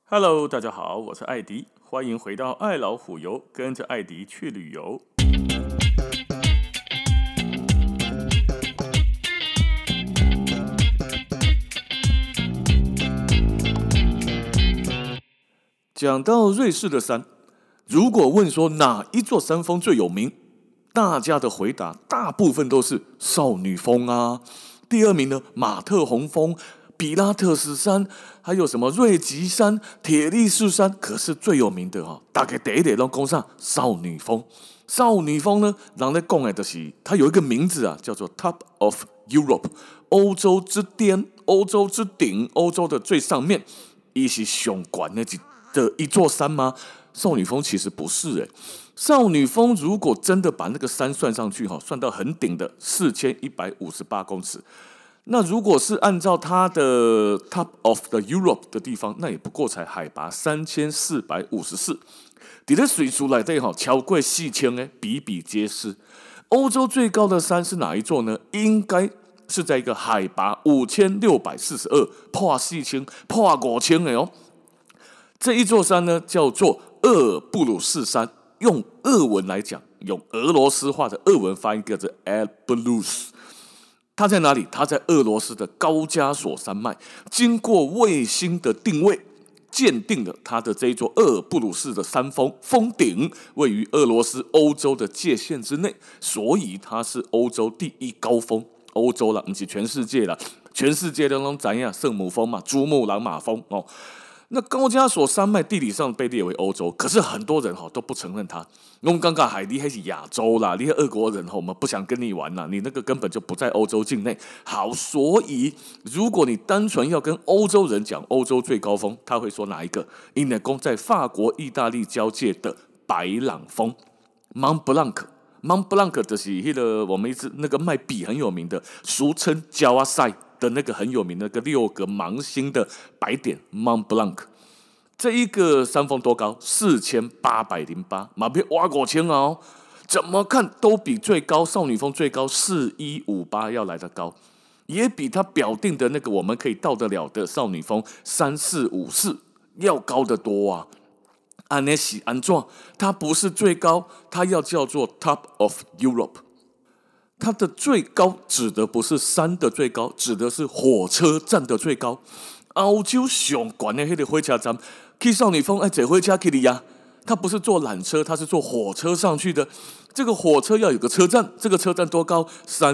Hello， 大家好，我是艾迪，欢迎回到爱老虎游，跟着艾迪去旅游。讲到瑞士的山，如果问说哪一座山峰最有名，大家的回答大部分都是少女峰啊。第二名呢，马特洪峰、比拉特斯山，还有什么瑞吉山、铁力士山。可是最有名的大概第一个都讲上少女峰。少女峰呢，人在讲的就是它有一个名字叫做 Top of Europe， 欧洲之巅、欧洲之顶、欧洲的最上面，它是最高的一座山吗？少女峰其实不是少女峰如果真的把那个山算上去算到很顶的4158公尺，那如果是按照它的 Top of the Europe 的地方，那也不过才海拔3454，在这水族来对超过4000比比皆是。欧洲最高的山是哪一座呢？应该是在一个海拔5642，破4000、破5000的哦。这一座山呢，叫做厄尔布鲁士山，用俄文来讲，用俄罗斯话的俄文发音叫做 Elbrus。它在哪里？它在俄罗斯的高加索山脉，经过卫星的定位，鉴定了它的这一座厄尔布鲁士的山峰峰顶位于俄罗斯欧洲的界限之内，所以它是欧洲第一高峰。欧洲啦，不是全世界啦，全世界都知道圣母峰嘛，珠穆朗玛峰哦。那高加索山脉地理上被列为欧洲，可是很多人都不承认它。我们刚刚海地还是亚洲啦，你是俄国人我们不想跟你玩啦，你那个根本就不在欧洲境内。好，所以如果你单纯要跟欧洲人讲欧洲最高峰，他会说哪一个？因为在法国、意大利交界的白朗峰 Mont Blanc。Mont Blanc 就是那个我们一直那个卖笔很有名的，俗称焦阿塞的那个很有名的那个6个芒星的白点 Mont Blanc。 这一个山峰多高？4808，马别挖5000哦，怎么看都比最高少女峰最高4158要来得高，也比它表定的那个我们可以到得了的少女峰3454要高得多啊。安呢是安怎？它不是最高，它要叫做 Top of Europe。它的最高指的不是山的最高，指的是火车站的最高。欧洲上高的那个火车站，去少女峰坐火车去的呀。它不是坐缆车，它是坐火车上去的。这个火车要有个车站，这个车站多高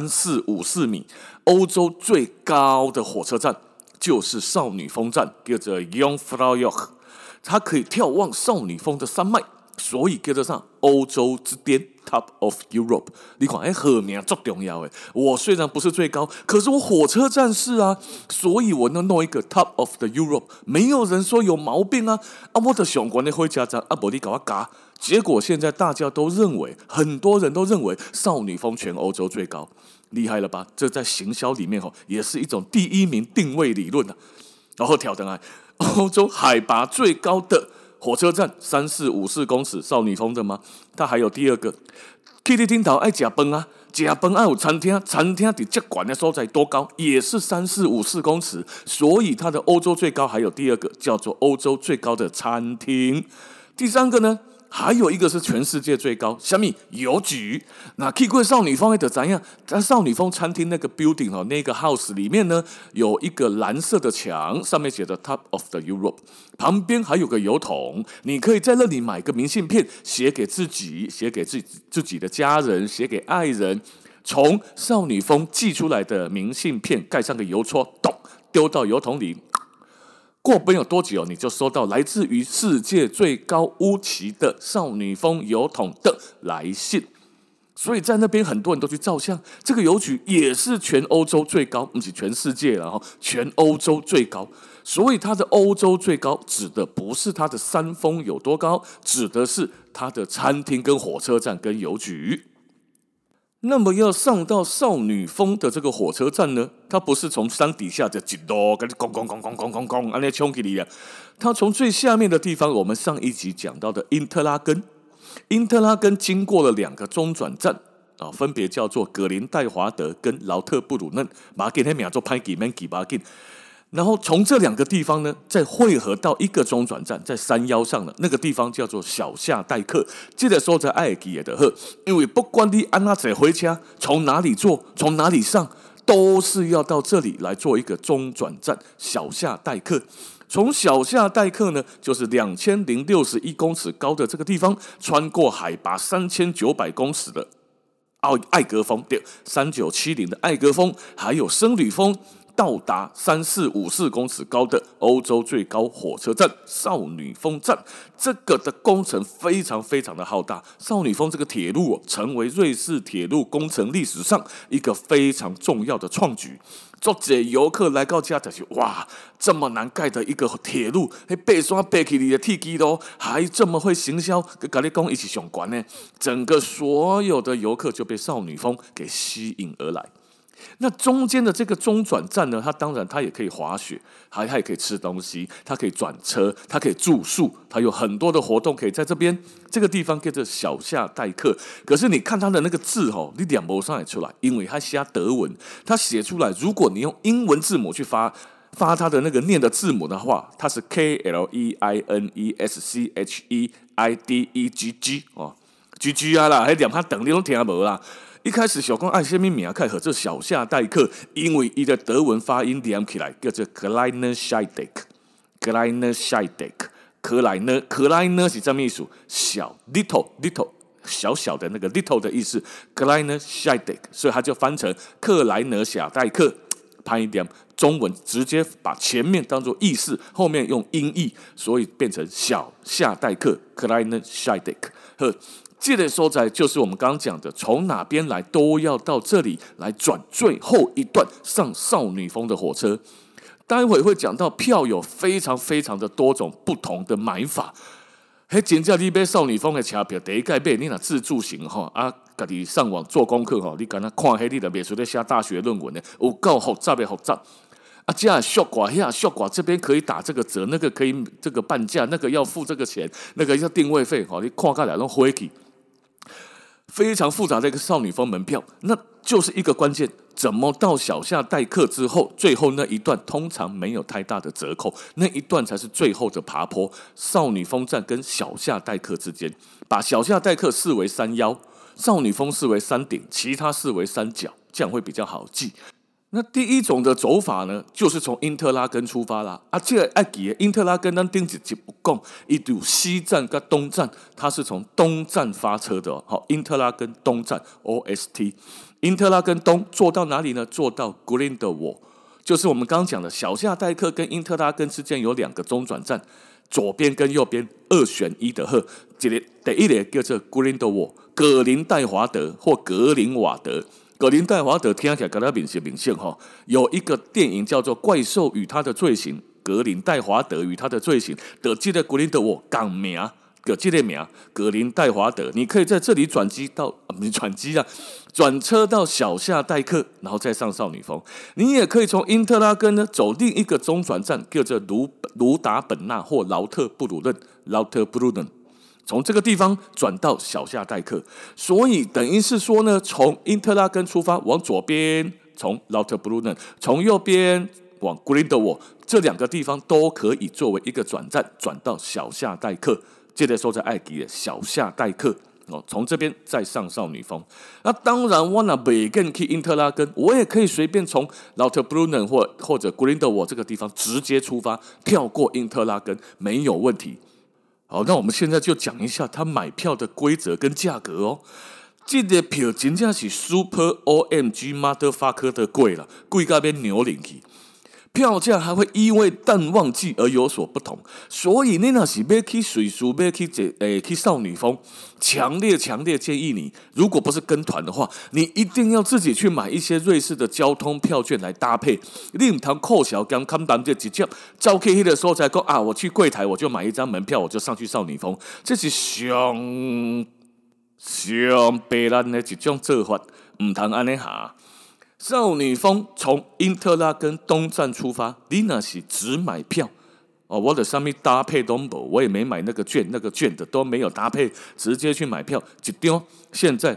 ？3454米。欧洲最高的火车站就是少女峰站，叫做 Jungfraujoch。它可以眺望少女峰的山脉，所以叫做上欧洲之巅 Top of Europe。 你看好名很重要。我虽然不是最高，可是我火车站是啊，所以我能弄一个 Top of the Europe， 没有人说有毛病啊。我的上关的火车站不然你给我加。结果现在大家都认为，很多人都认为少女峰全欧洲最高，厉害了吧？这在行销里面也是一种第一名定位理论啊。然后挑灯来，欧洲海拔最高的火车站3454公尺，少女峰的吗？它还有第二个，去你顶头爱吃饭啊，吃饭爱有餐厅，餐厅在最高的所在多高？也是3454公尺，所以它的欧洲最高还有第二个，叫做欧洲最高的餐厅。第三个呢？还有一个是全世界最高，什么邮局？那去过少女峰的怎样？在少女峰餐厅那个 building 那个 house 里面呢，有一个蓝色的墙，上面写着 Top of the Europe， 旁边还有个邮筒，你可以在那里买个明信片，写给自己，写给自己的家人，写给爱人。从少女峰寄出来的明信片，盖上个邮戳，咚，丢到邮筒里。过不有多久，你就收到来自于世界最高屋旗的少女峰邮筒的来信。所以在那边很多人都去照相。这个邮局也是全欧洲最高，不是全世界了，全欧洲最高。所以它的欧洲最高指的不是它的山峰有多高，指的是它的餐厅跟火车站跟邮局。那么要上到少女峰的这个火车站呢，它不是从山底下的一路跟你咣咣咣咣咣咣咣，这样冲起来，它从最下面的地方，我们上一集讲到的因特拉根经过了2个中转站分别叫做格林戴华德跟劳特布鲁嫩，把它给那名做拍记免记把紧。 然后从这两个地方呢，再汇合到一个中转站，在山腰上的那个地方叫做小夏代客。这个所在爱记的呵，因为不管你按哪坐回家，从哪里坐，从哪里上，都是要到这里来做一个中转站小夏代客。从小夏代客呢，就是2061公尺高的这个地方，穿过海拔3900公尺的艾格峰，对，3970的艾格峰，还有僧侣峰。到达3454公尺高的欧洲最高火车站少女峰站，这个的工程非常非常的浩大。少女峰这个铁路成为瑞士铁路工程历史上一个非常重要的创举。做这游客来到这就是哇，这么难盖的一个铁路，爬山爬起你的铁基咯，还这么会行销，跟你讲一起相关呢。整个所有的游客就被少女峰给吸引而来。那中间的这个中转站呢，它当然它也可以滑雪，它也可以吃东西，它可以转车，它可以住宿，它有很多的活动可以在这边这个地方叫做小夏代客。可是你看它的那个字你念不上来出来，因为它写德文，它写出来，如果你用英文字母去发它的那个念的字母的话，它是 KLEINESCHEIDEGG GG 啊啦，还念它等你都听无啦。一开始小公按什么名开和这小夏代客，因为伊的德文发音连起来叫做 Kleiner Scheidegg，Kleiner Scheidegg， 克莱呢是什么意思？小 little 小小的那个 little 的意思 ，Kleiner Scheidegg， 所以它就翻成克莱呢小代客。拍一点中文，直接把前面当作意思，后面用音译，所以变成小夏代客 Kleiner Scheidegg。呵。这个所在就是我们刚刚讲的，从哪边来都要到这里来转最后一段上少女峰的火车。待会会讲到票有非常非常的多种不同的买法。真正你买少女峰的车票，第一届买你若自助型自己上网做功课你敢若看迄你就袂输咧写大学论文的，有够复杂的复杂。这缩寡那缩寡，这边可以打这个折，那个可以这个半价，那个要付这个钱，那个要定位费你看起来都灰起。非常复杂的一个少女峰门票，那就是一个关键。怎么到小夏代客之后，最后那一段通常没有太大的折扣，那一段才是最后的爬坡。少女峰站跟小夏代客之间，把小夏代客视为山腰，少女峰视为山顶，其他视为山脚，这样会比较好记。那第一种的走法呢，就是从因特拉根出发啦。这个要记的，因特拉根咱顶一集有讲，伊有西站跟东站，它是从东站发车的好，因特拉根东站 OST， 因特拉根东坐到哪里呢？坐到 Grindelwald， 就是我们刚刚讲的小夏代客跟因特拉根之间有2个中转站，左边跟右边2选1的呵。第一个叫做 Grindelwald， 格林戴华德或格林瓦德。格林戴华德听起来跟他明显有一个电影叫做《怪兽与他的罪行》，格林戴华德与他的罪行的这个格林的我港名的这个名格林戴华德，你可以在这里转车到小夏代客，然后再上少女峰。你也可以从因特拉根呢走另一个中转站，叫做卢达本纳或劳特布鲁嫩。从这个地方转到小夏代客，所以等于是说呢，从因特拉根出发往左边，从 Lauterbrunnen， 从右边往 Grindelwald， 这2个地方都可以作为一个转站，转到小夏代客。这个时候在爱吉的小夏代客从这边再上少女峰。那当然，我若袂跟去因特拉根，我也可以随便从 Lauterbrunnen 或者 Grindelwald 这个地方直接出发，跳过因特拉根没有问题。好，那我们现在就讲一下他买票的规则跟价格这个票真的是 Super OMG Motherfucker 的贵了，贵到变牛领去。票价还会因为淡旺季而有所不同，所以你若是要去瑞士，要去少女峰，强烈建议你，如果不是跟团的话，你一定要自己去买一些瑞士的交通票券来搭配。你不能扣小跟看单就直接走去那个所在讲我去柜台我就买一张门票，我就上去少女峰，这是上白烂的一种做法，唔通安尼下。少女峰从因特拉根东站出发，你若是只买票， 我的上面搭配都没，我也没买那个券的都没有搭配，直接去买票，一张现在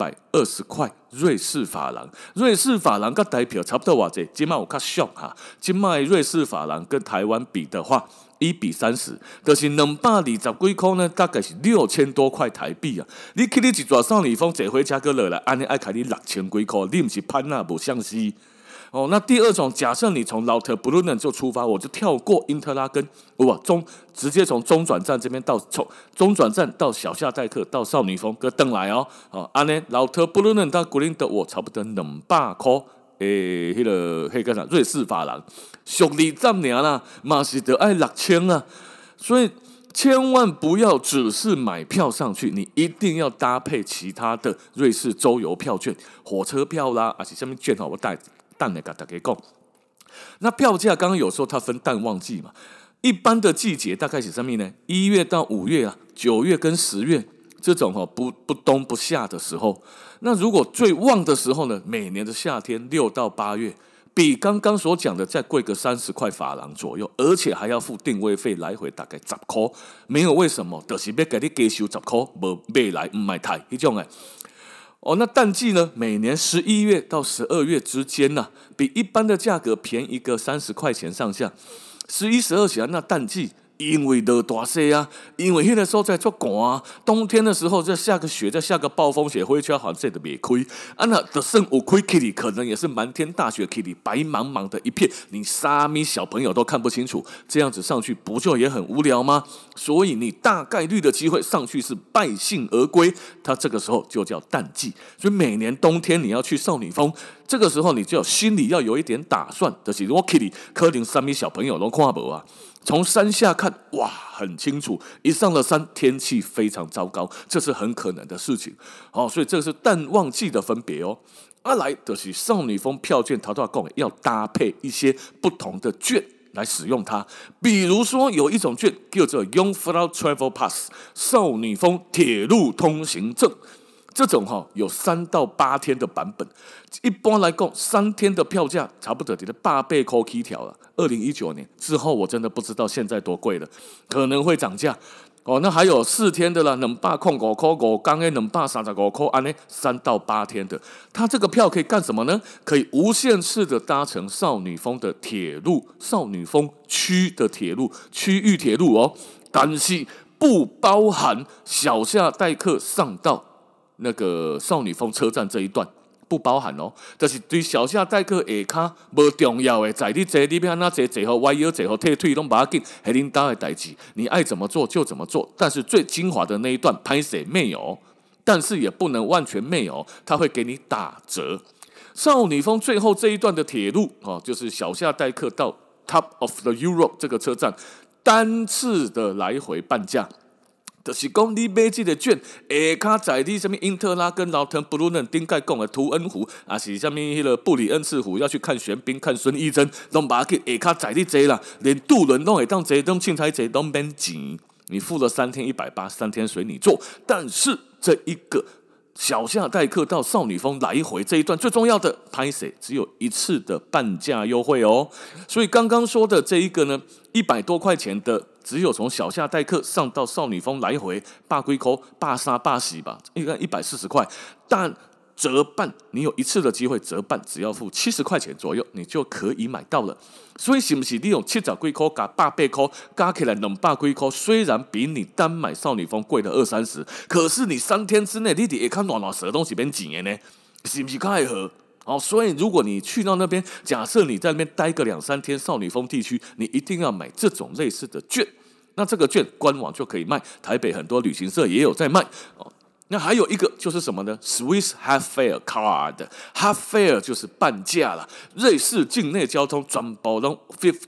220块瑞士法郎，瑞士法郎跟台票差不多偌济，今麦有较俗哈，今麦瑞士法郎跟台湾比的话，1:30，就是220几块呢，大概是6000多块台币啊！你去你一撮少女峰坐回家个落来，安尼爱开你6000几块，你不是潘那不相似。那第二种，假设你从劳特布鲁嫩就出发，我就跳过因特拉根，直接从中转站这边从中转站到小夏代克到少女峰搁登来安尼劳特布鲁嫩到古林德我差不多200块。迄个啥瑞士法郎，俗利站尔啦，嘛是得爱6000啊，所以千万不要只是买票上去，你一定要搭配其他的瑞士周游票券、火车票啦，还是什么券我等下跟大家讲。那票价刚刚有说它分淡旺季嘛，一般的季节大概是什么呢？1月到5月啊，9月跟10月。这种不冬不夏的时候，那如果最旺的时候呢？每年的夏天6到8月，比刚刚所讲的再贵个30块法郎左右，而且还要付定位费，来回大概10块。没有为什么，就是要给你加收10块，无买来唔买太那种的。那淡季呢？每年11月到12月之间呢，比一般的价格便宜个30块钱上下。11、12起来，那淡季。因为落大雪啊，因为那个时候在做寒啊，冬天的时候再下个雪，再下个暴风雪，火车好像这都没开啊，那的剩有开起来，可能也是满天大雪起来，白茫茫的一片，你沙咪小朋友都看不清楚，这样子上去不就也很无聊吗？所以你大概率的机会上去是败兴而归，它这个时候就叫淡季。所以每年冬天你要去少女峰，这个时候你就心里要有一点打算，就是我起来可能沙咪小朋友都看不啊。从山下看，哇，很清楚。一上了山，天气非常糟糕，这是很可能的事情。所以这是淡旺季的分别哦。来就是少女峰票券，他都要讲要搭配一些不同的券来使用它。比如说有一种券叫做 Jungfrau Travel Pass 少女峰铁路通行证。这种有3到8天的版本，一般来讲3天的票价差不多得800块起跳了。2019年之后，我真的不知道现在多贵了，可能会涨价。那还有4天的啦，205块5天的235块，安尼3到8天的，它这个票可以干什么呢？可以无限次的搭乘少女峰的铁路，少女峰区的铁路，区域铁路哦，但是不包含小夏代克上到那个少女峰车站这一段不包含哦，就是对小夏代克下骹无重要的，在你坐你要安怎坐好歪腰坐好退退拢不要紧，是恁家的代志，你爱怎么做就怎么做。但是最精华的那一段拍摄没有，但是也不能完全没有，它会给你打折。少女峰最后这一段的铁路就是小夏代克到 Top of the Europe 这个车站，单次的来回半价。就是讲你买这个券，下骹在你什么因特拉跟劳滕布鲁嫩顶盖讲的图恩湖，还是什么那个布里恩茨湖，要去看玄彬、看孙艺珍，拢把它去下骹在你坐啦，连渡轮拢会当坐，拢凊彩坐，拢免钱。你付了3天180，3天随你做。但是这一个小夏代克到少女峰来回这一段最重要的拍摄只有一次的半价优惠哦。所以刚刚说的这一个呢，100多块钱的。只有从小夏代克上到少女峰来回8几块83、84吧，应该140块，但折半，你有一次的机会折半，只要付70块钱左右，你就可以买到了。所以是不是你用70几块加800块加起来200几块，虽然比你单买少女峰贵了20-30，可是你3天之内你得看暖暖蛇东西变钱的呢，是不是较好？所以如果你去到那边，假设你在那边待个2-3天，少女峰地区，你一定要买这种类似的券。那这个券官网就可以卖，台北很多旅行社也有在卖。那还有一个就是什么呢 ？Swiss Half Fare Card，Half Fare 就是半价了。瑞士境内交通全部都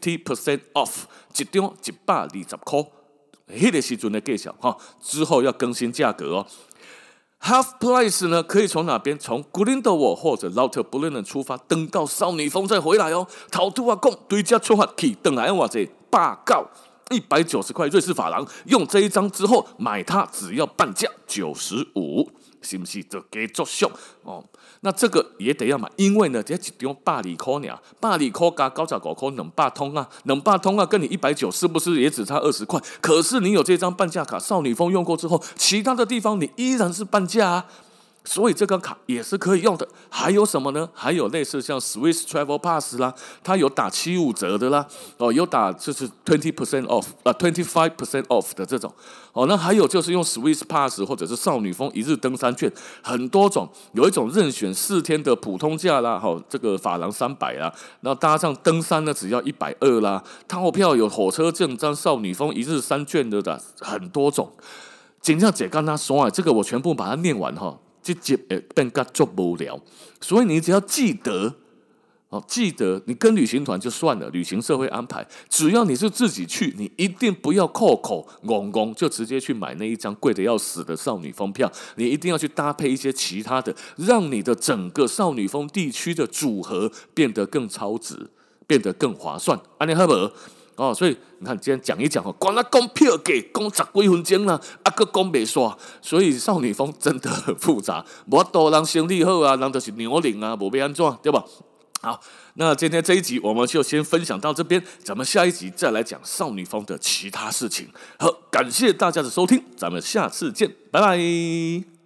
50% off， 一张120块。那个时阵的介绍之后要更新价格哦。Half Price 呢，可以从哪边？从 Grindelwald 或者 Lauterbrunnen 出发，登到少女峰再回来哦。头拄仔讲，对这出发去，回来偌济89。 190块瑞士法郎，用这一张之后买它只要半价95，是不是就给足俗哦？那这个也得要买，因为呢，这一张120块尔，120块加95块200通啊，200通啊，跟你190是不是也只差20块？可是你有这张半价卡，少女峰用过之后，其他的地方你依然是半价啊。所以这张卡也是可以用的。还有什么呢？还有类似像 Swiss Travel Pass 啦，它有打75折的啦，哦，有打就是 20% off，25% off 的这种。哦，那还有就是用 Swiss Pass 或者是少女峰一日登山券，很多种，有一种任选4天的普通价啦，这个法郎300啦，然后搭上登山呢只要120啦，套票有火车正章、少女峰一日山券的很多种。真正简单他说这个我全部把它念完哈。这集变得足无聊，所以你只要记得你跟旅行团就算了，旅行社会安排，只要你是自己去，你一定不要扣口拱就直接去买那一张贵的要死的少女峰票，你一定要去搭配一些其他的，让你的整个少女峰地区的组合变得更超值，变得更划算，安尼好不好？哦，所以你看，今天讲一讲哦，光他讲票价，讲10几分钟啦，还讲不煞，所以少女峰真的很复杂，无多人生理好啊，人就是牛龄啊，无要安怎，对吧？好，那今天这一集我们就先分享到这边，咱们下一集再来讲少女峰的其他事情。好，感谢大家的收听，咱们下次见，拜拜。